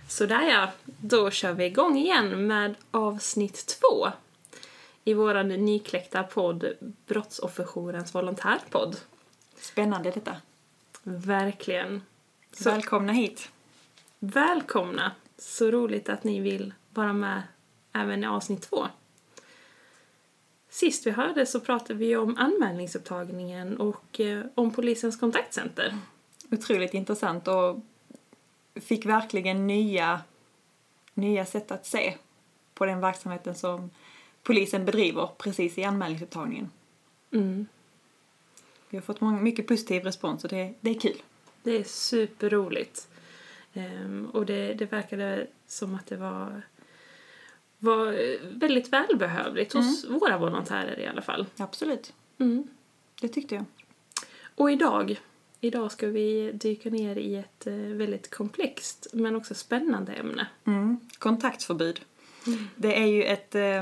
Sådär ja, då kör vi igång igen med avsnitt 2 i våran nykläckta podd Brottsofferjourens volontärpodd. Spännande detta. Verkligen. Välkomna hit. Välkomna. Så roligt att ni vill vara med även i avsnitt 2. Sist vi hörde så pratade vi om anmälningsupptagningen och om polisens kontaktcenter. Otroligt intressant och fick verkligen nya sätt att se på den verksamheten som polisen bedriver precis i anmälningsupptagningen. Mm. Vi har fått mycket positiv respons och det är kul. Det är superroligt. Och det verkade som att det var väldigt välbehövligt hos våra volontärer i alla fall. Absolut. Det tyckte jag. Och idag ska vi dyka ner i ett väldigt komplext men också spännande ämne. Kontaktförbud. Det är ju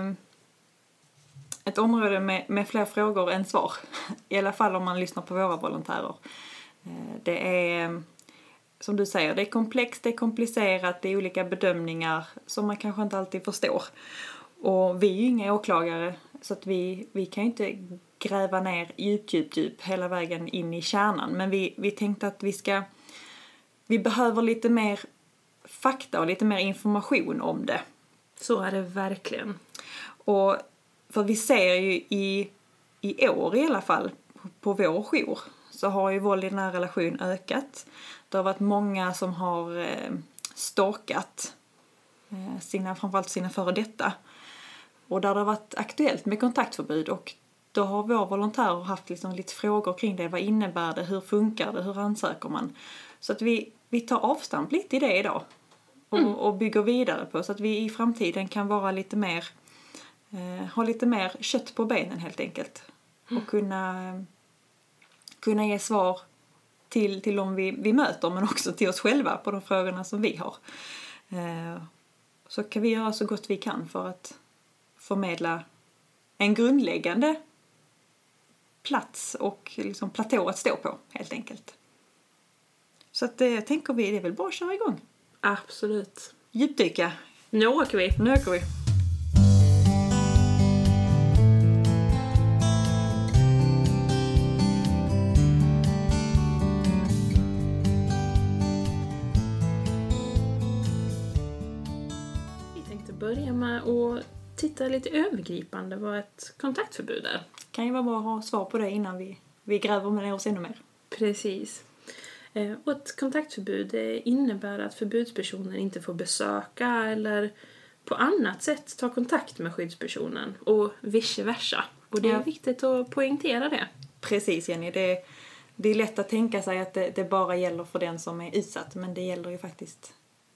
ett område med fler frågor än svar. I alla fall om man lyssnar på våra volontärer. Det är, som du säger, det är komplext, det är komplicerat, det är olika bedömningar som man kanske inte alltid förstår. Och vi är ju inga åklagare så att vi kan ju inte gräva ner djup hela vägen in i kärnan. Men vi tänkte att vi behöver lite mer fakta och lite mer information om det. Så är det verkligen. Och för vi ser ju i år i alla fall på vår jour så har ju våld i nära relation ökat. Det har varit många som har stalkat framförallt sina före detta. Och där det har varit aktuellt med kontaktförbud och då har våra volontärer haft liksom lite frågor kring det. Vad innebär det? Hur funkar det? Hur ansöker man? Så att vi tar avstamp lite i det idag. Och bygger vidare på så att vi i framtiden kan vara lite mer ha lite mer kött på benen helt enkelt. Och kunna ge svar till de vi möter men också till oss själva på de frågorna som vi har. Så kan vi göra så gott vi kan för att förmedla en grundläggande plats och liksom platå att stå på helt enkelt. Så att tänker vi, det är väl bara att köra igång. Absolut. Djupdyka. Nu åker vi. Vi tänkte börja med att titta lite övergripande vad ett kontaktförbud är. Kan ju vara bra att ha svar på det innan vi gräver med oss ännu mer. Precis. Och ett kontaktförbud innebär att förbudspersonen inte får besöka eller på annat sätt ta kontakt med skyddspersonen och vice versa. Och det är viktigt att poängtera det. Precis Jenny, det är lätt att tänka sig att det bara gäller för den som är utsatt men det gäller ju faktiskt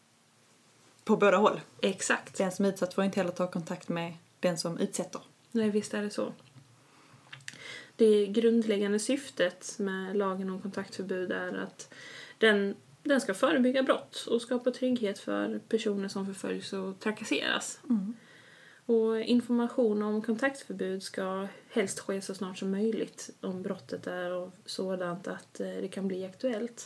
på båda håll. Exakt. Den som är utsatt får inte heller ta kontakt med den som utsätter. Nej, visst är det så. Det grundläggande syftet med lagen om kontaktförbud är att den ska förebygga brott och skapa trygghet för personer som förföljs och trakasseras. Och information om kontaktförbud ska helst ske så snart som möjligt om brottet är sådant att det kan bli aktuellt.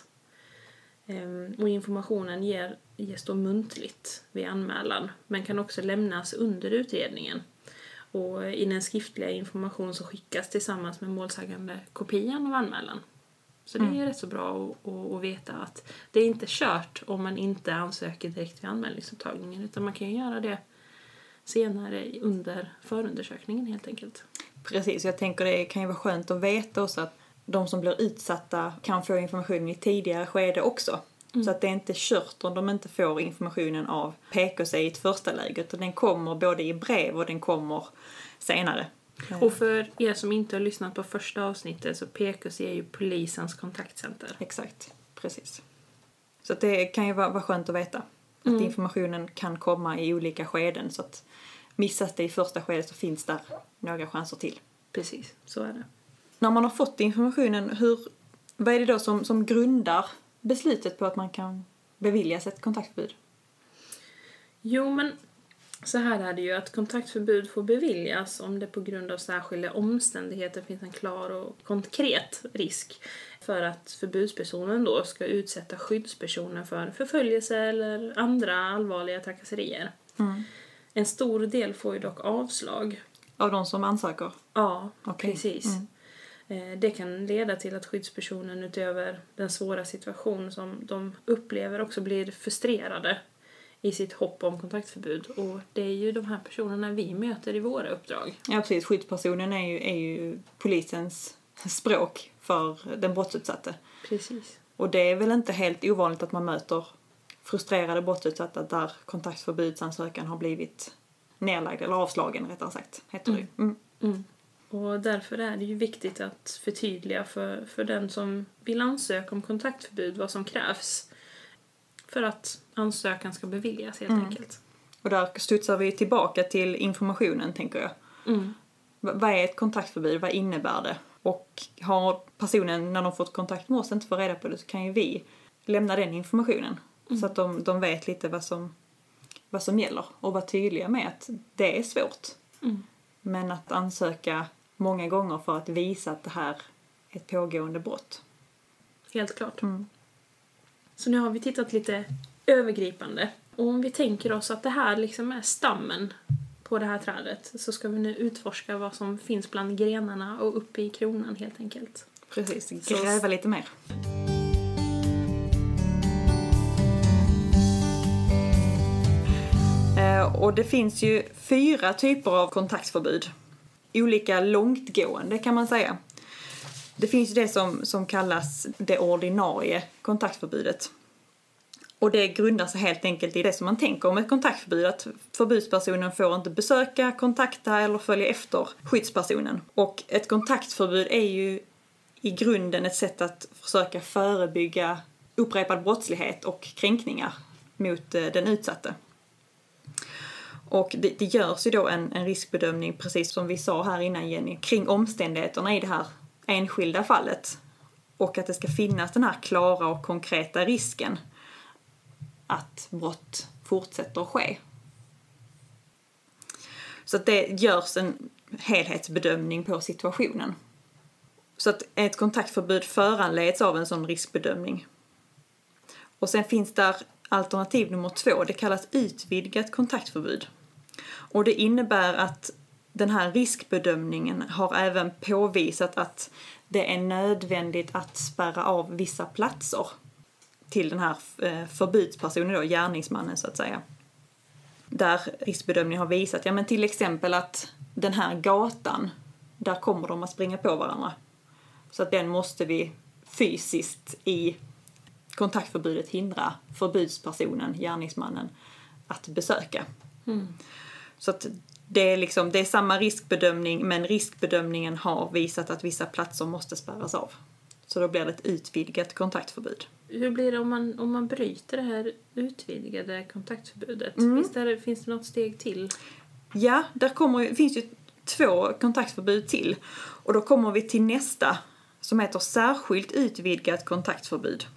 Och informationen ges då muntligt vid anmälan men kan också lämnas under utredningen. Och i den skriftliga information så skickas tillsammans med målsägande kopian av anmälan. Så det är rätt så bra att veta att det är inte kört om man inte ansöker direkt vid anmälningsupptagningen. Utan man kan göra det senare under förundersökningen helt enkelt. Precis, jag tänker det kan ju vara skönt att veta också att de som blir utsatta kan få information i tidigare skede också. Så att det är inte kört om de inte får informationen av PKC i ett första läge. Utan den kommer både i brev och den kommer senare. Och för er som inte har lyssnat på första avsnittet så PKC är ju polisens kontaktcenter. Exakt, precis. Så att det kan ju vara skönt att veta. Att informationen kan komma i olika skeden. Så att missas det i första skedet så finns där några chanser till. Precis, så är det. När man har fått informationen, vad är det då som grundar beslutet på att man kan beviljas ett kontaktförbud? Jo, men Så här är det ju att kontaktförbud får beviljas om det på grund av särskilda omständigheter finns en klar och konkret risk för att förbudspersonen då ska utsätta skyddspersonen för förföljelse eller andra allvarliga trakasserier. En stor del får ju dock avslag. Av de som ansöker? Ja, precis. Det kan leda till att skyddspersonen utöver den svåra situation som de upplever också blir frustrerade i sitt hopp om kontaktförbud. Och det är ju de här personerna vi möter i våra uppdrag. Ja, precis. Skyddspersonen är ju polisens språk för den brottsutsatte. Precis. Och det är väl inte helt ovanligt att man möter frustrerade brottsutsatta där kontaktförbudsansökan har blivit nedlagd eller avslagen rättare sagt, heter det. Och därför är det ju viktigt att förtydliga för den som vill ansöka om kontaktförbud vad som krävs för att ansökan ska beviljas helt enkelt. Och där studsar vi tillbaka till informationen, tänker jag. Vad är ett kontaktförbud? Vad innebär det? Och har personen, när de fått kontakt med oss, inte får reda på det, så kan ju vi lämna den informationen. Så att de vet lite vad som gäller. Och vara tydliga med att det är svårt. Men att ansöka många gånger för att visa att det här är ett pågående brott. Helt klart. Så nu har vi tittat lite övergripande. Och om vi tänker oss att det här liksom är stammen på det här trädet, så ska vi nu utforska vad som finns bland grenarna och uppe i kronan helt enkelt. Precis, gräva lite mer. Och det finns ju 4 typer av kontaktförbud. Olika långtgående kan man säga. Det finns ju det som kallas det ordinarie kontaktförbudet. Och det grundar sig helt enkelt i det som man tänker om ett kontaktförbud. Att förbudspersonen får inte besöka, kontakta eller följa efter skyddspersonen. Och ett kontaktförbud är ju i grunden ett sätt att försöka förebygga upprepad brottslighet och kränkningar mot den utsatte. Och det görs ju då en riskbedömning, precis som vi sa här innan Jenny, kring omständigheterna i det här enskilda fallet. Och att det ska finnas den här klara och konkreta risken att brott fortsätter att ske. Så att det görs en helhetsbedömning på situationen. Så att ett kontaktförbud föranleds av en sån riskbedömning. Och sen finns där alternativ nummer 2, det kallas utvidgat kontaktförbud. Och det innebär att den här riskbedömningen har även påvisat att det är nödvändigt att spärra av vissa platser till den här förbudspersonen då, gärningsmannen så att säga. Där riskbedömningen har visat, ja men till exempel att den här gatan, där kommer de att springa på varandra. Så att den måste vi fysiskt i kontaktförbudet hindra förbudspersonen, gärningsmannen, att besöka. Så att det är samma riskbedömning, men riskbedömningen har visat att vissa platser måste spärras av. Så då blir det ett utvidgat kontaktförbud. Hur blir det om man bryter det här utvidgade kontaktförbudet? Finns det något steg till? Ja, finns ju 2 kontaktförbud till. Och då kommer vi till nästa som heter särskilt utvidgat kontaktförbud.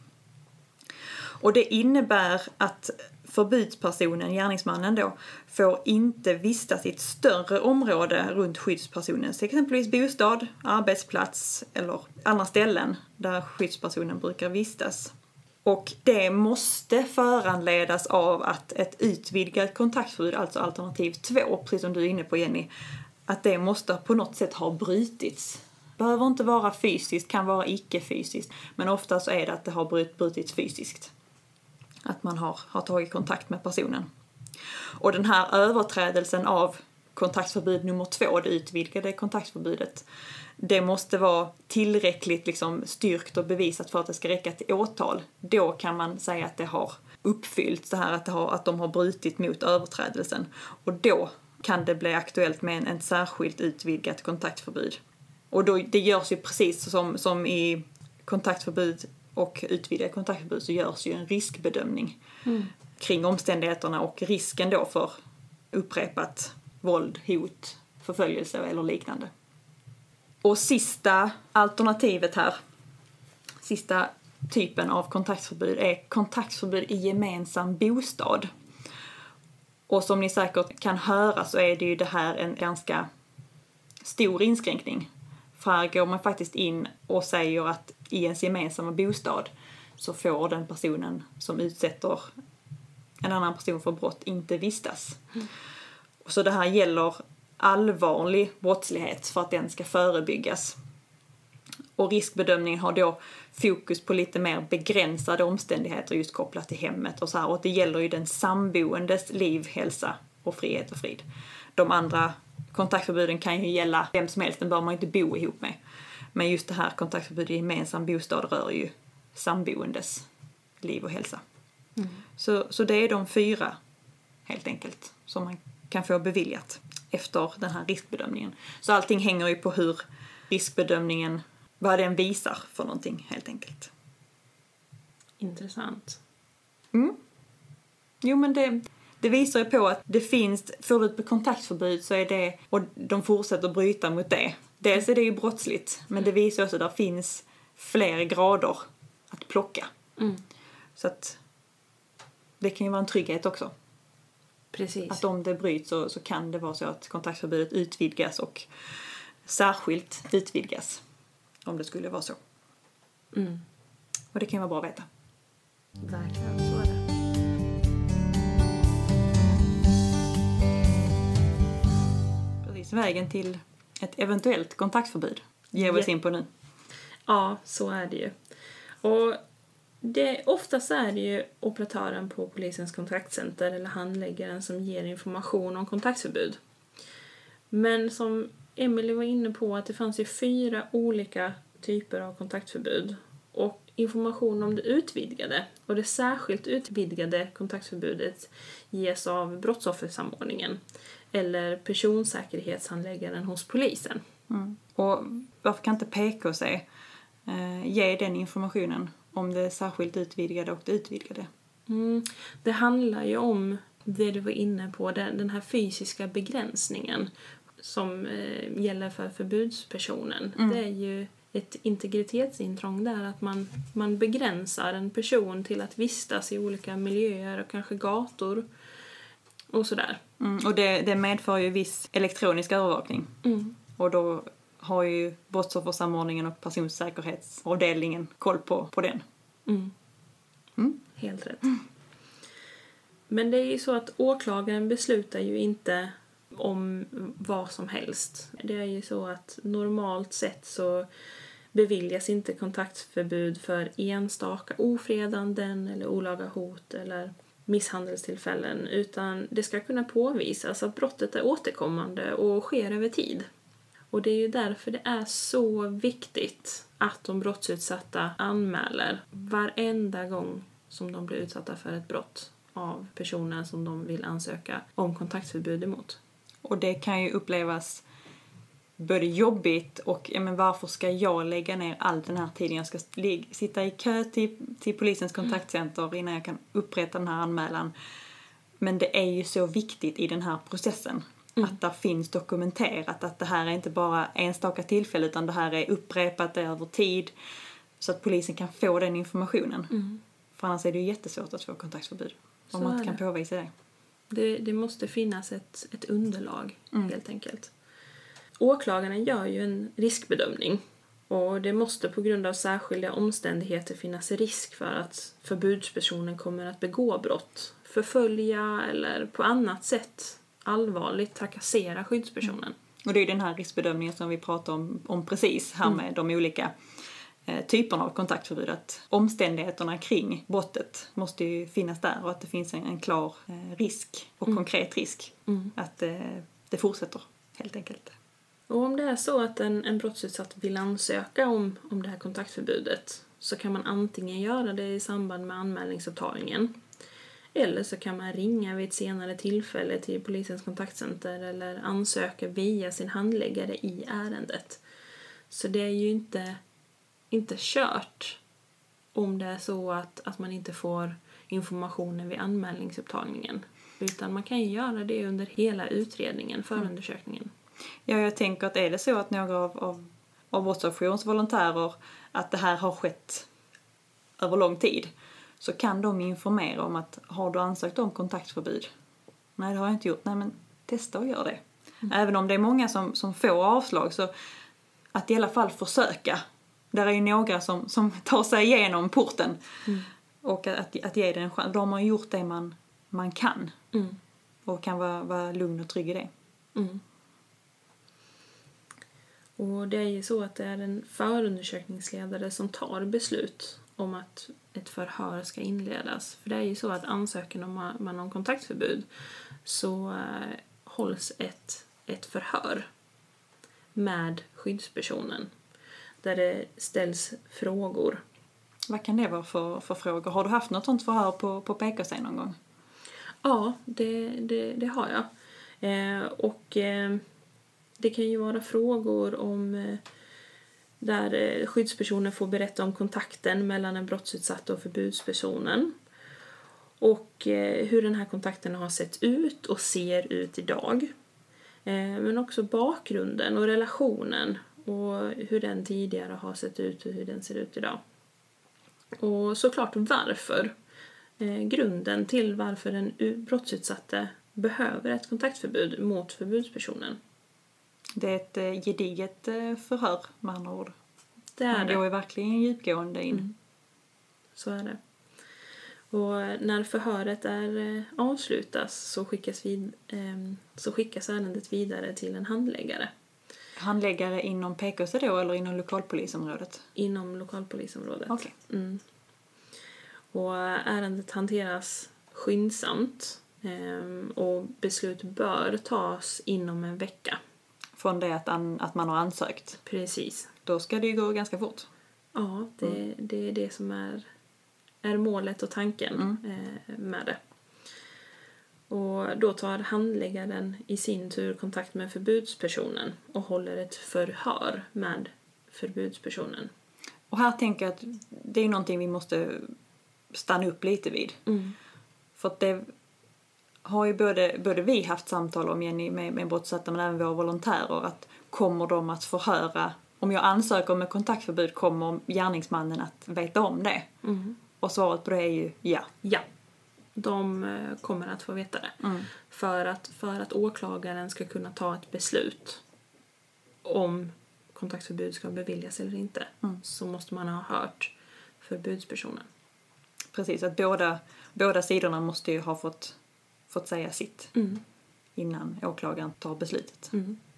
Och det innebär att förbudspersonen, gärningsmannen då, får inte vistas i ett större område runt skyddspersonens, exempelvis bostad, arbetsplats eller andra ställen där skyddspersonen brukar vistas. Och det måste föranledas av att ett utvidgat kontaktförbud, alltså alternativ 2, precis som du är inne på Jenny, att det måste på något sätt ha brutits. Behöver inte vara fysiskt, kan vara icke-fysiskt, men ofta så är det att det har brutits fysiskt. Att man har tagit kontakt med personen. Och den här överträdelsen av kontaktförbud nummer 2, det utvidgade kontaktförbudet, det måste vara tillräckligt styrkt och bevisat för att det ska räcka till åtal. Då kan man säga att det har uppfyllts, det här att de har brutit mot överträdelsen. Och då kan det bli aktuellt med en särskilt utvidgat kontaktförbud. Och då, det görs ju precis som i kontaktförbud och utvidgat kontaktförbud, så görs ju en riskbedömning kring omständigheterna och risken då för upprepat våld, hot, förföljelse eller liknande. Och sista alternativet här, sista typen av kontaktförbud är kontaktförbud i gemensam bostad. Och som ni säkert kan höra så är det ju det här en ganska stor inskränkning. För här går man faktiskt in och säger att i ens gemensamma bostad så får den personen som utsätter en annan person för brott inte vistas. Så det här gäller allvarlig brottslighet för att den ska förebyggas. Och riskbedömningen har då fokus på lite mer begränsade omständigheter just kopplat till hemmet och så här. Och det gäller ju den samboendes liv, hälsa och frihet och frid. De andra kontaktförbuden kan ju gälla vem som helst, den bör man inte bo ihop med. Men just det här kontaktförbudet i gemensam bostad rör ju samboendes liv och hälsa. Så det är de 4 helt enkelt som man kan få beviljat efter den här riskbedömningen. Så allting hänger ju på hur riskbedömningen, vad den visar för någonting helt enkelt. Intressant. Jo, men det visar ju på att det finns, får du ett kontaktförbud så är det, och de fortsätter bryta mot det. Dels är det ju brottsligt, men det visar också att det finns fler grader att plocka. Så att det kan ju vara en trygghet också. Precis. Att om det bryts så kan det vara så att kontaktförbudet utvidgas och särskilt utvidgas. Om det skulle vara så. Och det kan vara bra att veta. Verkligen, så är det. Precis, vägen till ett eventuellt kontaktförbud ger vi oss in på nu. Ja, så är det ju. Och oftast är det ju operatören på polisens kontaktcenter eller handläggaren som ger information om kontaktförbud. Men som Emily var inne på, att det fanns ju 4 olika typer av kontaktförbud. Och information om det utvidgade och det särskilt utvidgade kontaktförbudet ges av brottsoffersamordningen eller personsäkerhetshandläggaren hos polisen. Och varför kan inte PKC ge den informationen om det särskilt utvidgade och det utvidgade? Det handlar ju om det du var inne på, den här fysiska begränsningen som gäller för förbudspersonen. Det är ju ett integritetsintrång där, att man begränsar en person till att vistas i olika miljöer och kanske gator och sådär. Och det medför ju viss elektronisk övervakning. Och då har ju brottsoffersamordningen och personsäkerhetsavdelningen koll på den. Helt rätt. Men det är ju så att åklagaren beslutar ju inte om vad som helst. Det är ju så att normalt sett så beviljas inte kontaktförbud för enstaka ofredanden eller olaga hot eller misshandelstillfällen, utan det ska kunna påvisas att brottet är återkommande och sker över tid. Och det är ju därför det är så viktigt att de brottsutsatta anmäler varenda gång som de blir utsatta för ett brott av personer som de vill ansöka om kontaktförbud emot. Och det kan ju upplevas både jobbigt och men varför ska jag lägga ner all den här tiden? Jag ska sitta i kö till polisens kontaktcenter innan jag kan upprätta den här anmälan. Men det är ju så viktigt i den här processen. Att det finns dokumenterat att det här är inte bara enstaka tillfälle utan det här är upprepat över tid. Så att polisen kan få den informationen. För annars är det ju jättesvårt att få kontaktförbud. Om man inte kan påvisa det. Det måste finnas ett underlag helt enkelt. Åklagaren gör ju en riskbedömning. Och det måste på grund av särskilda omständigheter finnas risk för att förbudspersonen kommer att begå brott, förfölja eller på annat sätt allvarligt trakassera skyddspersonen. Och det är den här riskbedömningen som vi pratar om precis här med de olika typerna av kontaktförbud. Att omständigheterna kring brottet måste ju finnas där och att det finns en klar risk och konkret risk att det fortsätter helt enkelt. Och om det är så att en brottsutsatt vill ansöka om det här kontaktförbudet så kan man antingen göra det i samband med anmälningsupptagningen eller så kan man ringa vid ett senare tillfälle till polisens kontaktcenter eller ansöka via sin handläggare i ärendet. Så det är ju inte kört om det är så att man inte får informationen vid anmälningsupptagningen. Utan man kan ju göra det under hela utredningen, förundersökningen. Ja, jag tänker att är det så att några av brottsofferjourens volontärer att det här har skett över lång tid så kan de informera om att har du ansökt om kontaktförbud Nej, det har jag inte gjort. Nej, men testa och gör det. Även om det är många som får avslag, så att i alla fall försöka. Där är ju några som tar sig igenom porten. Och att ge det en chans. Då har man gjort det man kan. Och kan vara lugn och trygg i det. Och det är ju så att det är en förundersökningsledare som tar beslut om att ett förhör ska inledas. För det är ju så att ansökan om man om kontaktförbud, så hålls ett förhör med skyddspersonen. Där det ställs frågor. Vad kan det vara för frågor? Har du haft något sånt förhör på PKC någon gång? Ja, det har jag. Det kan ju vara frågor om där skyddspersonen får berätta om kontakten mellan den brottsutsatta och förbudspersonen. Och hur den här kontakten har sett ut och ser ut idag. Men också bakgrunden och relationen och hur den tidigare har sett ut och hur den ser ut idag. Och såklart varför. Grunden till varför den brottsutsatte behöver ett kontaktförbud mot förbudspersonen. Det är ett gediget förhör med andra ord. Det är det. Man går ju verkligen djupgående in. Så är det. Och när förhöret är avslutas så skickas ärendet vidare till en handläggare. Handläggare inom PKC då eller inom lokalpolisområdet? Inom lokalpolisområdet. Okej. Och ärendet hanteras skyndsamt och beslut bör tas inom en vecka. Från det att man har ansökt? Precis. Då ska det ju gå ganska fort. Ja, det är det som är målet och tanken med det. Och då tar handläggaren i sin tur kontakt med förbudspersonen och håller ett förhör med förbudspersonen. Och här tänker jag att det är någonting vi måste stanna upp lite vid. För att det har ju både vi haft samtal om, Jenny, med brottsutsatta, men även våra volontärer, att kommer de att förhöra, om jag ansöker om ett kontaktförbud, kommer gärningsmannen att veta om det? Och svaret på det är ju ja. Ja, de kommer att få veta det. För att åklagaren ska kunna ta ett beslut om kontaktförbud ska beviljas eller inte, så måste man ha hört förbudspersonen. Precis, att båda sidorna måste ju ha fått säga sitt innan åklagaren tar beslutet.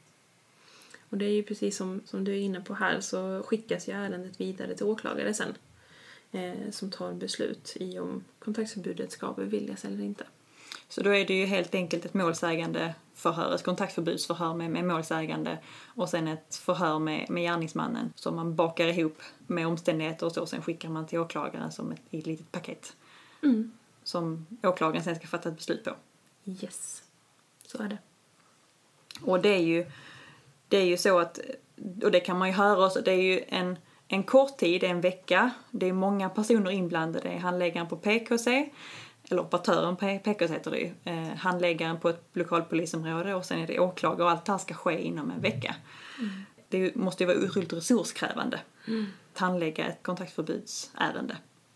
Och det är ju precis som du är inne på här, så skickas ju ärendet vidare till åklagare sen som tar beslut i om kontaktförbudet ska beviljas eller inte. Så då är det ju helt enkelt ett målsägande förhör, ett kontaktförbudsförhör med målsägande och sen ett förhör med gärningsmannen som man bakar ihop med omständigheter och så, sen skickar man till åklagaren som ett litet paket som åklagaren sen ska fatta ett beslut på. Yes, så är det. Och det är ju så att, och det kan man ju höra också, det är ju en kort tid, en vecka, det är många personer inblandade, det är handläggaren på PKC, eller operatören på PKC heter det ju, handläggaren på ett lokalpolisområde och sen är det åklagare, och allt det här ska ske inom en vecka. Det måste ju vara otroligt resurskrävande att handlägga ett kontaktförbudsärende.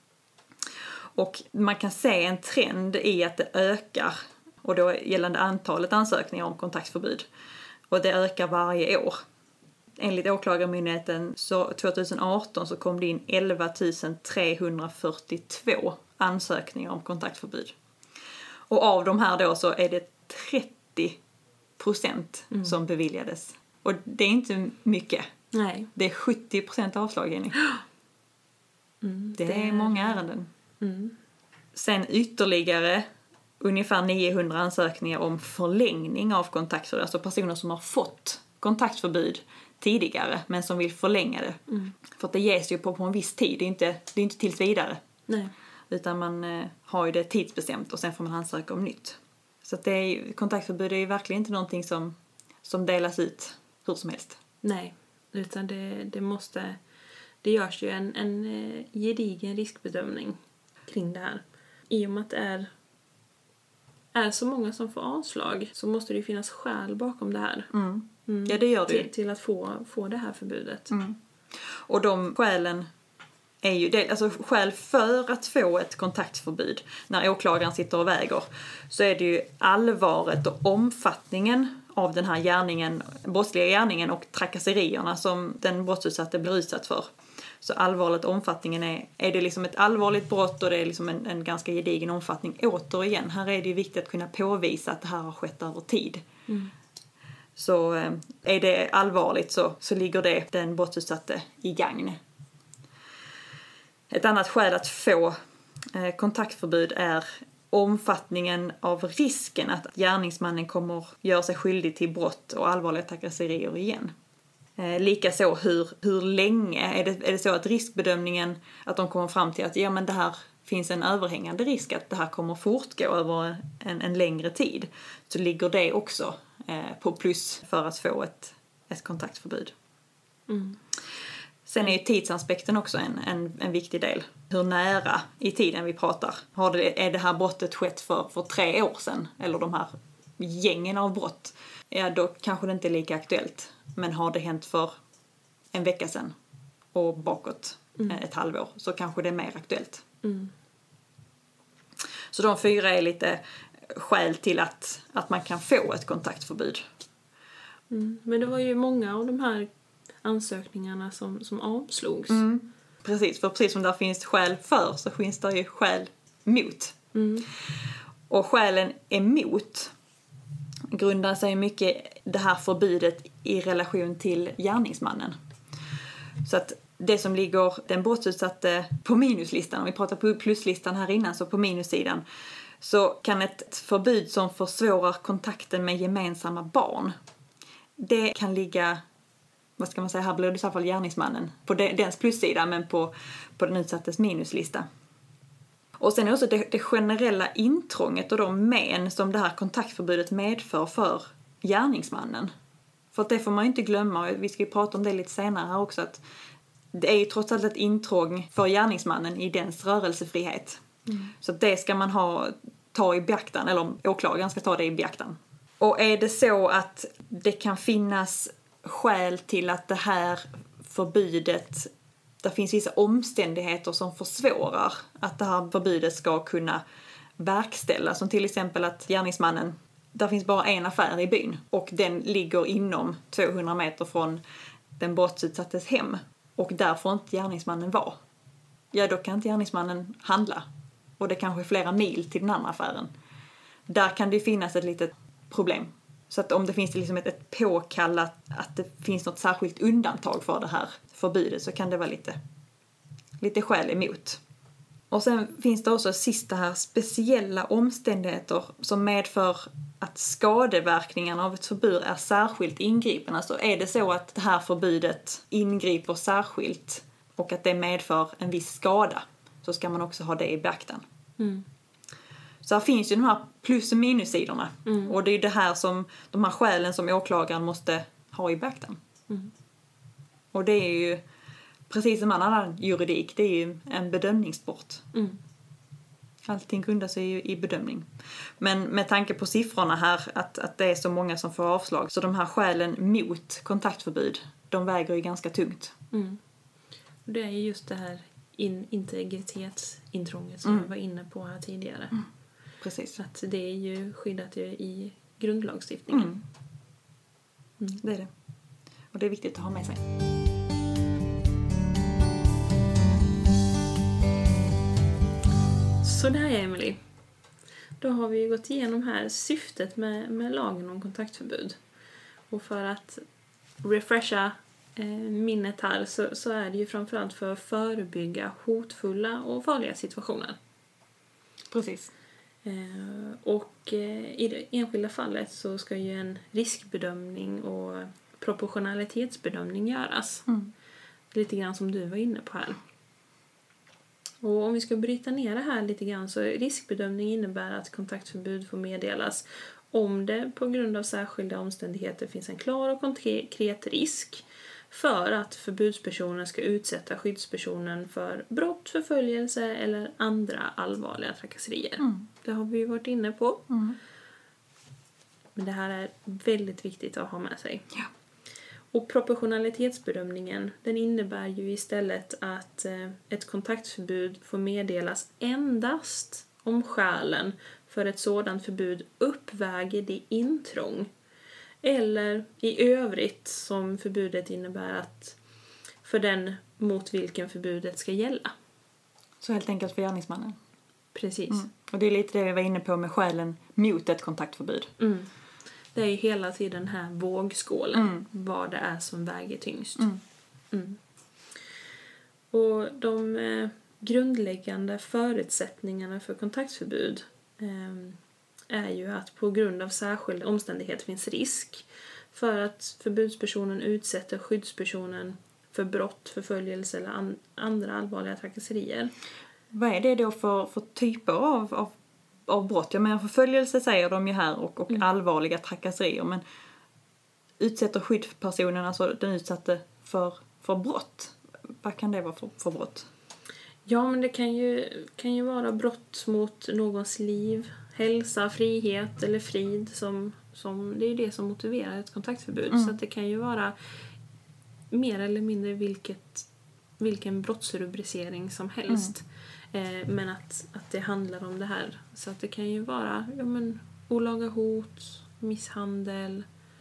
Och man kan se en trend i att det ökar, och då gällande antalet ansökningar om kontaktförbud. Och det ökar varje år. Enligt åklagarmyndigheten så 2018 så kom det in 11 342 ansökningar om kontaktförbud. Och av de här då så är det 30% som beviljades. Och det är inte mycket. Nej. Det är 70% avslag, Jenny. Det är många ärenden. Sen ytterligare ungefär 900 ansökningar om förlängning av kontaktförbud. Alltså personer som har fått kontaktförbud tidigare men som vill förlänga det. För att det ges ju på en viss tid. Det är inte tills vidare. Nej. Utan man har ju det tidsbestämt och sen får man ansöka om nytt. Så att kontaktförbud är ju verkligen inte någonting som delas ut hur som helst. Nej, utan det görs ju en gedigen riskbedömning kring det här. I och med att det är så många som får avslag så måste det ju finnas skäl bakom det här. Ja, det gör det ju. Till att få det här förbudet. Och de skälen är ju det, alltså skäl för att få ett kontaktförbud när åklagaren sitter och väger, så är det ju allvaret och omfattningen av den här brottsliga gärningen och trakasserierna som den brottsutsatte blir utsatt för. Så allvarligt omfattningen är det liksom ett allvarligt brott och det är liksom en ganska gedigen omfattning. Återigen, här är det ju viktigt att kunna påvisa att det här har skett över tid. Så är det allvarligt så ligger det den brottsutsatte i gagn. Ett annat skäl att få kontaktförbud är omfattningen av risken att gärningsmannen kommer göra sig skyldig till brott och allvarliga trakasserier igen. Likaså hur länge, är det så att riskbedömningen, att de kommer fram till att ja, men det här finns en överhängande risk att det här kommer fortgå över en längre tid, så ligger det också på plus för att få ett kontaktförbud. Sen är ju tidsaspekten också en viktig del. Hur nära i tiden vi pratar. Är det här brottet skett för 3 år sedan? Eller de här gängen av brott? Ja, då kanske det inte är lika aktuellt. Men har det hänt för en vecka sedan och bakåt ett halvår, så kanske det är mer aktuellt. Så de 4 är lite skäl till att man kan få ett kontaktförbud. Men det var ju många av de här ansökningarna som avslogs. Precis, för precis som där finns skäl för så finns det ju skäl mot. Och skälen emot grundar sig mycket det här förbudet i relation till gärningsmannen. Så att det som ligger den brottsutsatte på minuslistan, om vi pratar på pluslistan här innan, så på minussidan, så kan ett förbud som försvårar kontakten med gemensamma barn, det kan ligga, vad ska man säga, här blir det i så fall gärningsmannen på dens plussida, men på den utsattes minuslista. Och sen är också det generella intrånget och de men som det här kontaktförbudet medför för gärningsmannen. För att det får man ju inte glömma, och vi ska ju prata om det lite senare här också, att det är ju trots allt ett intrång för gärningsmannen i dens rörelsefrihet. Så det ska man ta i beaktan, eller åklagaren ska ta det i beaktan. Och är det så att det kan finnas skäl till att det här förbudet, det finns vissa omständigheter som försvårar att det här förbudet ska kunna verkställas, som till exempel att gärningsmannen, där finns bara en affär i byn och den ligger inom 200 meter från den brottsutsattes hem och där får inte gärningsmannen vara. Ja, då kan inte gärningsmannen handla och det kanske är flera mil till den andra affären. Där kan det finnas ett litet problem. Så att om det finns liksom ett påkallat, att det finns något särskilt undantag för det här förbudet, så kan det vara lite skäl emot. Och sen finns det också sista här speciella omständigheter som medför att skadeverkningarna av ett förbud är särskilt ingripande. Alltså är det så att det här förbudet ingriper särskilt och att det medför en viss skada, så ska man också ha det i beaktan. Så här finns ju de här plus- och minussidorna. Och det är ju det här som, de här skälen som åklagaren måste ha i beaktan. Och det är ju, precis som annan juridik, det är ju en bedömningssport. Allting grundar sig ju i bedömning. Men med tanke på siffrorna här, att det är så många som får avslag, så de här skälen mot kontaktförbud, de väger ju ganska tungt. Det är just det här integritetsintrånget som jag var inne på här tidigare. Precis. Att det är ju skyddat i grundlagstiftningen. Det är det. Och det är viktigt att ha med sig. Så där, Emily. Då har vi gått igenom här syftet med lagen om kontaktförbud. Och för att refresha minnet här så är det ju framförallt för att förebygga hotfulla och farliga situationer. Precis. Och i det enskilda fallet så ska ju en riskbedömning och proportionalitetsbedömning göras. Lite grann som du var inne på här. Och om vi ska bryta ner det här lite grann, så riskbedömning innebär att kontaktförbud får meddelas om det på grund av särskilda omständigheter finns en klar och konkret risk för att förbudspersonen ska utsätta skyddspersonen för brott, förföljelse eller andra allvarliga trakasserier. Det har vi ju varit inne på. Men det här är väldigt viktigt att ha med sig. Ja. Och proportionalitetsbedömningen, den innebär ju istället att ett kontaktförbud får meddelas endast om skälen för ett sådant förbud uppväger det intrång. Eller i övrigt som förbudet innebär att för den mot vilken förbudet ska gälla. Så helt enkelt för gärningsmannen. Precis. Och det är lite det vi var inne på med skälen mot ett kontaktförbud. Det är ju hela tiden den här vågskålen. Vad det är som väger tyngst. Och de grundläggande förutsättningarna för kontaktförbud är ju att på grund av särskild omständighet finns risk för att förbudspersonen utsätter skyddspersonen för brott, förföljelse eller andra allvarliga trakasserier. Vad är det då för typer av brott? Jag menar förföljelse säger de ju här och allvarliga trakasserier. Men utsätter skyddspersonen, alltså den utsatte, för brott? Vad kan det vara för brott? Ja, men det kan ju vara brott mot någons liv, hälsa, frihet eller frid. Det är ju det som motiverar ett kontaktförbud. Så att det kan ju vara mer eller mindre vilken brottsrubricering som helst. Men att det handlar om det här. Så att det kan ju vara olaga hot, misshandel,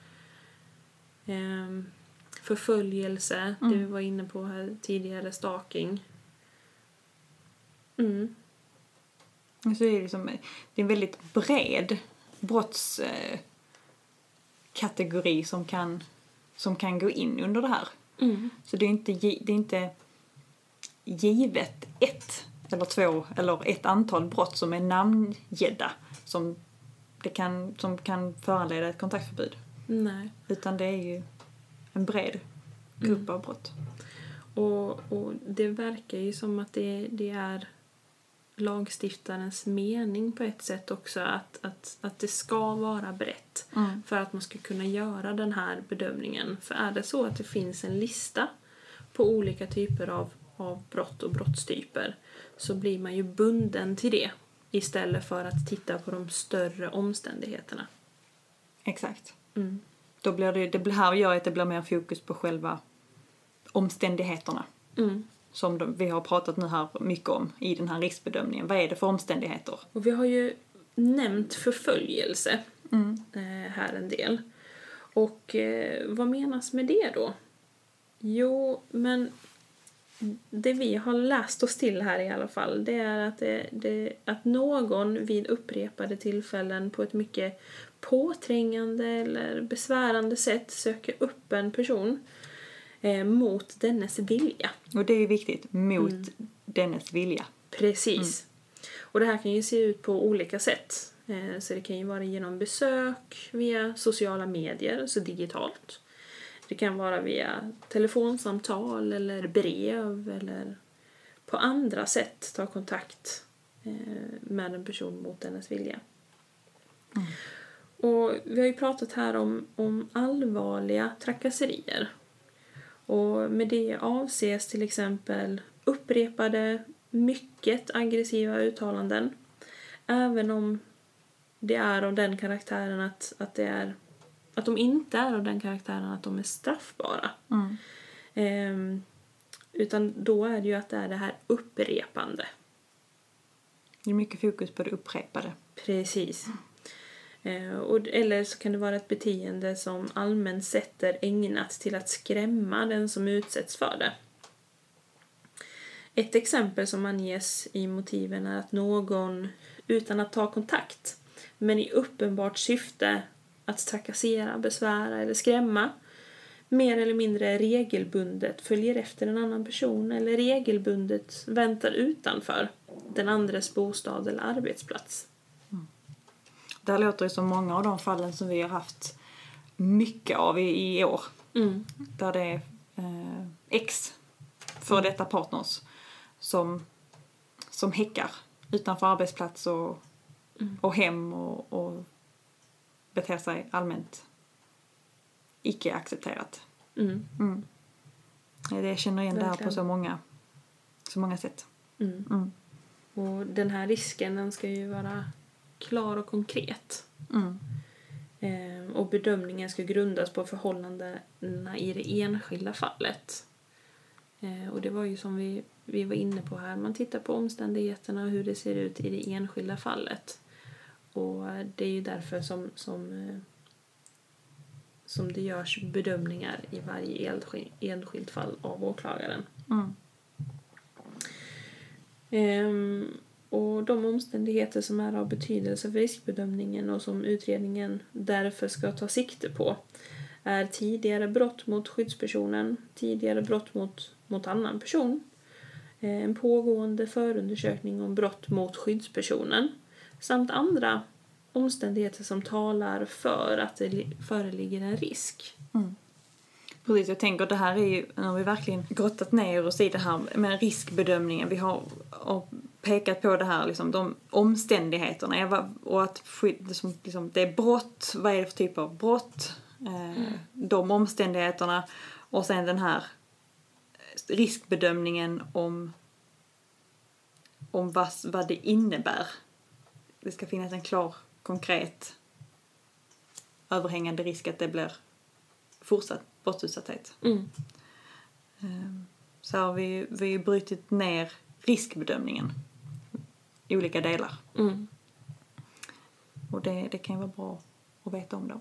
förföljelse. Det vi var inne på här tidigare, stalking. Så det är en väldigt bred brottskategori som kan gå in under det här. Så det är inte givet ett eller två eller ett antal brott som är namngedda som kan föranleda ett kontaktförbud. Nej. Utan det är ju en bred grupp av brott. Och det verkar ju som att det är lagstiftarens mening på ett sätt också att det ska vara brett för att man ska kunna göra den här bedömningen. För är det så att det finns en lista på olika typer av brott och brottstyper så blir man ju bunden till det istället för att titta på de större omständigheterna. Exakt. Då blir det här gör att det blir mer fokus på själva omständigheterna. Som vi har pratat nu här mycket om i den här riskbedömningen. Vad är det för omständigheter? Och vi har ju nämnt förföljelse här en del. Och vad menas med det då? Jo, men det vi har läst oss till här i alla fall, det är att någon vid upprepade tillfällen på ett mycket påträngande eller besvärande sätt söker upp en person mot dennes vilja. Och det är viktigt, mot dennes vilja. Precis. Och det här kan ju se ut på olika sätt. Så det kan ju vara genom besök via sociala medier, så digitalt. Det kan vara via telefonsamtal eller brev eller på andra sätt ta kontakt med en person mot dennes vilja. Och vi har ju pratat här om allvarliga trakasserier. Och med det avses till exempel upprepade, mycket aggressiva uttalanden. Även om det är av den karaktären att de inte är av den karaktären att de är straffbara. Utan då är det ju att det är det här upprepande. Det är mycket fokus på det upprepade. Precis. Eller så kan det vara ett beteende som allmänt sett är ägnat till att skrämma den som utsätts för det. Ett exempel som anges i motiven är att någon utan att ta kontakt men i uppenbart syfte att trakassera, besvära eller skrämma mer eller mindre regelbundet följer efter en annan person eller regelbundet väntar utanför den andres bostad eller arbetsplats. Det här låter ju som många av de fallen som vi har haft mycket av i år. Där det är ex för detta partners som häckar utanför arbetsplats och hem och beter sig allmänt icke accepterat. Jag känner igen det här på så många sätt. Och den här risken, den ska ju vara klar och konkret. Och bedömningen ska grundas på förhållandena i det enskilda fallet. Och det var ju som vi var inne på här. Man tittar på omständigheterna och hur det ser ut i det enskilda fallet. Och det är ju därför som det görs bedömningar i varje enskilt fall av åklagaren. Och de omständigheter som är av betydelse för riskbedömningen och som utredningen därför ska ta sikte på är tidigare brott mot skyddspersonen, tidigare brott mot annan person, en pågående förundersökning om brott mot skyddspersonen samt andra omständigheter som talar för att det föreligger en risk. Precis, jag tänker att det här är ju, när vi verkligen grottat ner oss i det här med riskbedömningen. Vi har pekat på det här, liksom, de omständigheterna och att liksom, det är brott, vad är det för typ av brott, de omständigheterna och sen den här riskbedömningen om vad det innebär. Det ska finnas en klar, konkret överhängande risk att det blir fortsatt brottsutsatthet. Så har vi brutit ner riskbedömningen i olika delar. Och det kan ju vara bra att veta om då.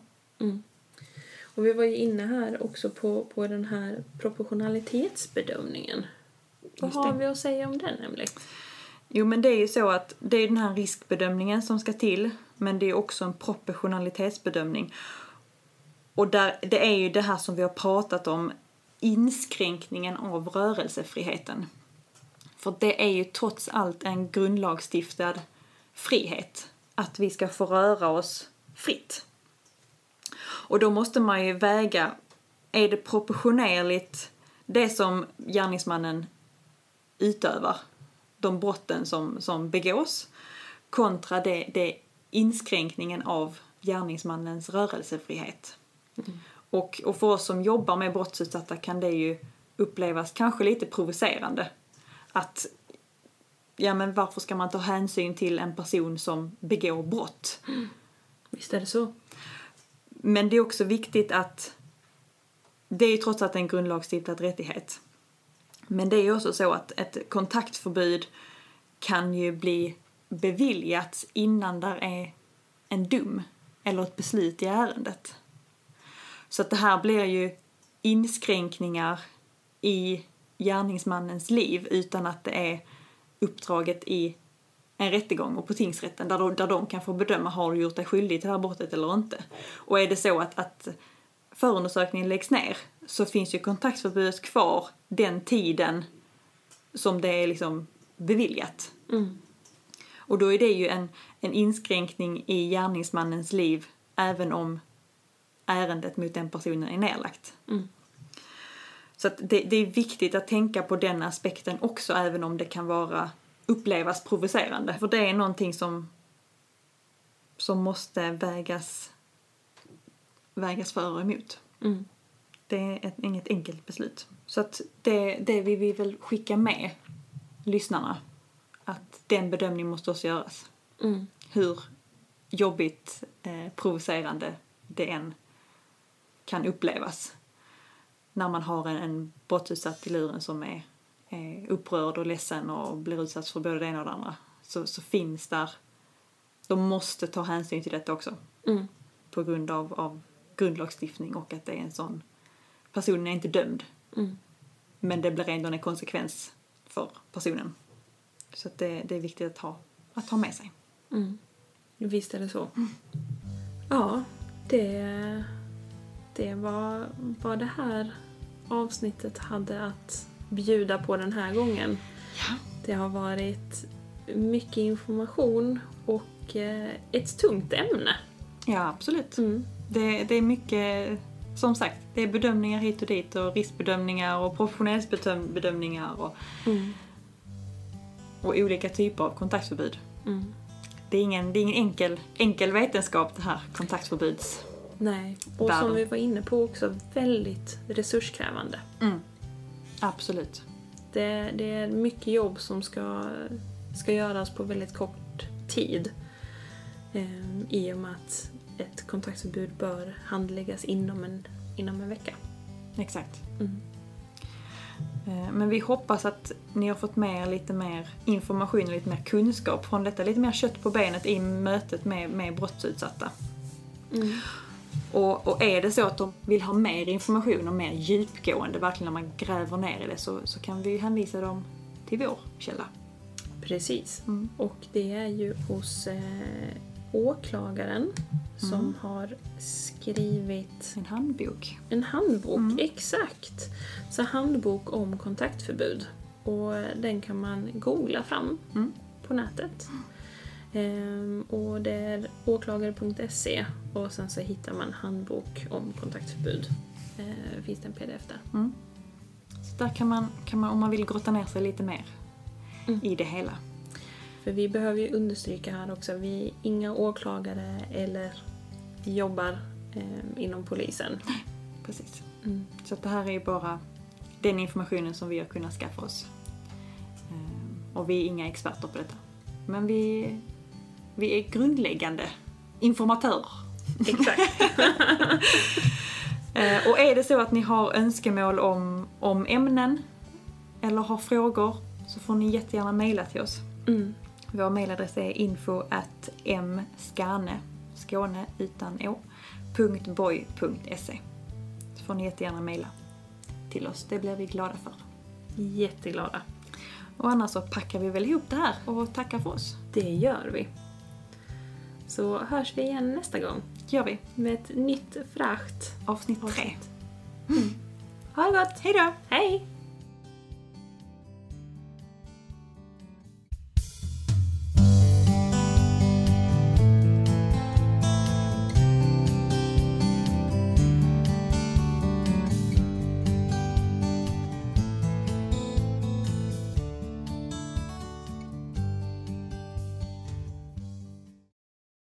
Och vi var ju inne här också på den här proportionalitetsbedömningen. Vad har vi att säga om den, Emily? Jo, men det är ju så att det är den här riskbedömningen som ska till, men det är också en proportionalitetsbedömning. Och det är ju det här som vi har pratat om, inskränkningen av rörelsefriheten. För det är ju trots allt en grundlagsstiftad frihet att vi ska få röra oss fritt. Och då måste man ju väga, är det proportionerligt det som gärningsmannen utövar, de brotten som begås, kontra det inskränkningen av gärningsmannens rörelsefrihet. Och för oss som jobbar med brottsutsatta kan det ju upplevas kanske lite provocerande. Att, men varför ska man ta hänsyn till en person som begår brott? Visst är det så. Men det är också viktigt att det är ju trots allt en grundlagsstiftad rättighet. Men det är ju också så att ett kontaktförbud kan ju bli beviljat innan där är en dom eller ett beslut i ärendet. Så att det här blir ju inskränkningar i gärningsmannens liv utan att det är uppdraget i en rättegång och på tingsrätten där de kan få bedöma, har du gjort dig skyldig till det här brottet eller inte. Och är det så att förundersökningen läggs ner så finns ju kontaktförbudet kvar den tiden som det är liksom beviljat. Och då är det ju en inskränkning i gärningsmannens liv även om ärendet mot den personen är nedlagt. Så att det är viktigt att tänka på den aspekten också, även om det kan upplevas provocerande. För det är någonting som måste vägas för och emot. Det är inget enkelt beslut. Så att det vi vill väl skicka med lyssnarna, att den bedömningen måste också göras. Hur jobbigt, provocerande det än kan upplevas när man har en brottsutsatt i luren som är upprörd och ledsen och blir utsatt för både det ena och det andra, så finns där, de måste ta hänsyn till detta också på grund av grundlagstiftning och att det är en sån, personen är inte dömd men det blir ändå en konsekvens för personen, så att det är viktigt att ha med sig. Visst är det så. Ja, det var vad det här avsnittet hade att bjuda på den här gången. Ja. Det har varit mycket information och ett tungt ämne. Ja, absolut. Det är mycket, som sagt, det är bedömningar hit och dit och riskbedömningar och professionellsbedömningar och olika typer av kontaktförbud. Det är ingen enkel vetenskap, det här kontaktförbuds. Nej, och världen, som vi var inne på också, väldigt resurskrävande. Absolut. Det är mycket jobb som ska göras på väldigt kort tid. I och med att ett kontaktförbud bör handläggas inom en vecka. Exakt. Mm. Men vi hoppas att ni har fått med er lite mer information och lite mer kunskap från detta. Lite mer kött på benet i mötet med brottsutsatta. Mm. Och är det så att de vill ha mer information och mer djupgående, verkligen när man gräver ner i det, så kan vi hänvisa dem till vår källa. Precis. Mm. Och det är ju hos åklagaren som har skrivit En handbok. en handbok. Exakt. Så handbok om kontaktförbud. Och den kan man googla fram på nätet. Och det är åklagare.se och sen så hittar man handbok om kontaktförbud. Finns det en pdf där. Mm. Så där kan man, om man vill grotta ner sig lite mer i det hela. För vi behöver ju understryka här också, vi är inga åklagare eller jobbar inom polisen. Precis. Mm. Så att det här är ju bara den informationen som vi har kunnat skaffa oss. Och vi är inga experter på detta. Men vi är grundläggande informatörer. Exakt. Och är det så att ni har önskemål om ämnen eller har frågor, så får ni jättegärna mejla till oss. Mm. Vår mejladress är info@mskane, Skåne utan .boy.se. Så får ni jättegärna mejla till oss. Det blir vi glada för. Jätteglada. Och annars så packar vi väl ihop det här och tackar för oss. Det gör vi. Så hörs vi igen nästa gång. Gör vi. Med ett nytt fräscht Avsnitt 3. Ha det gott. Hej då! Hej!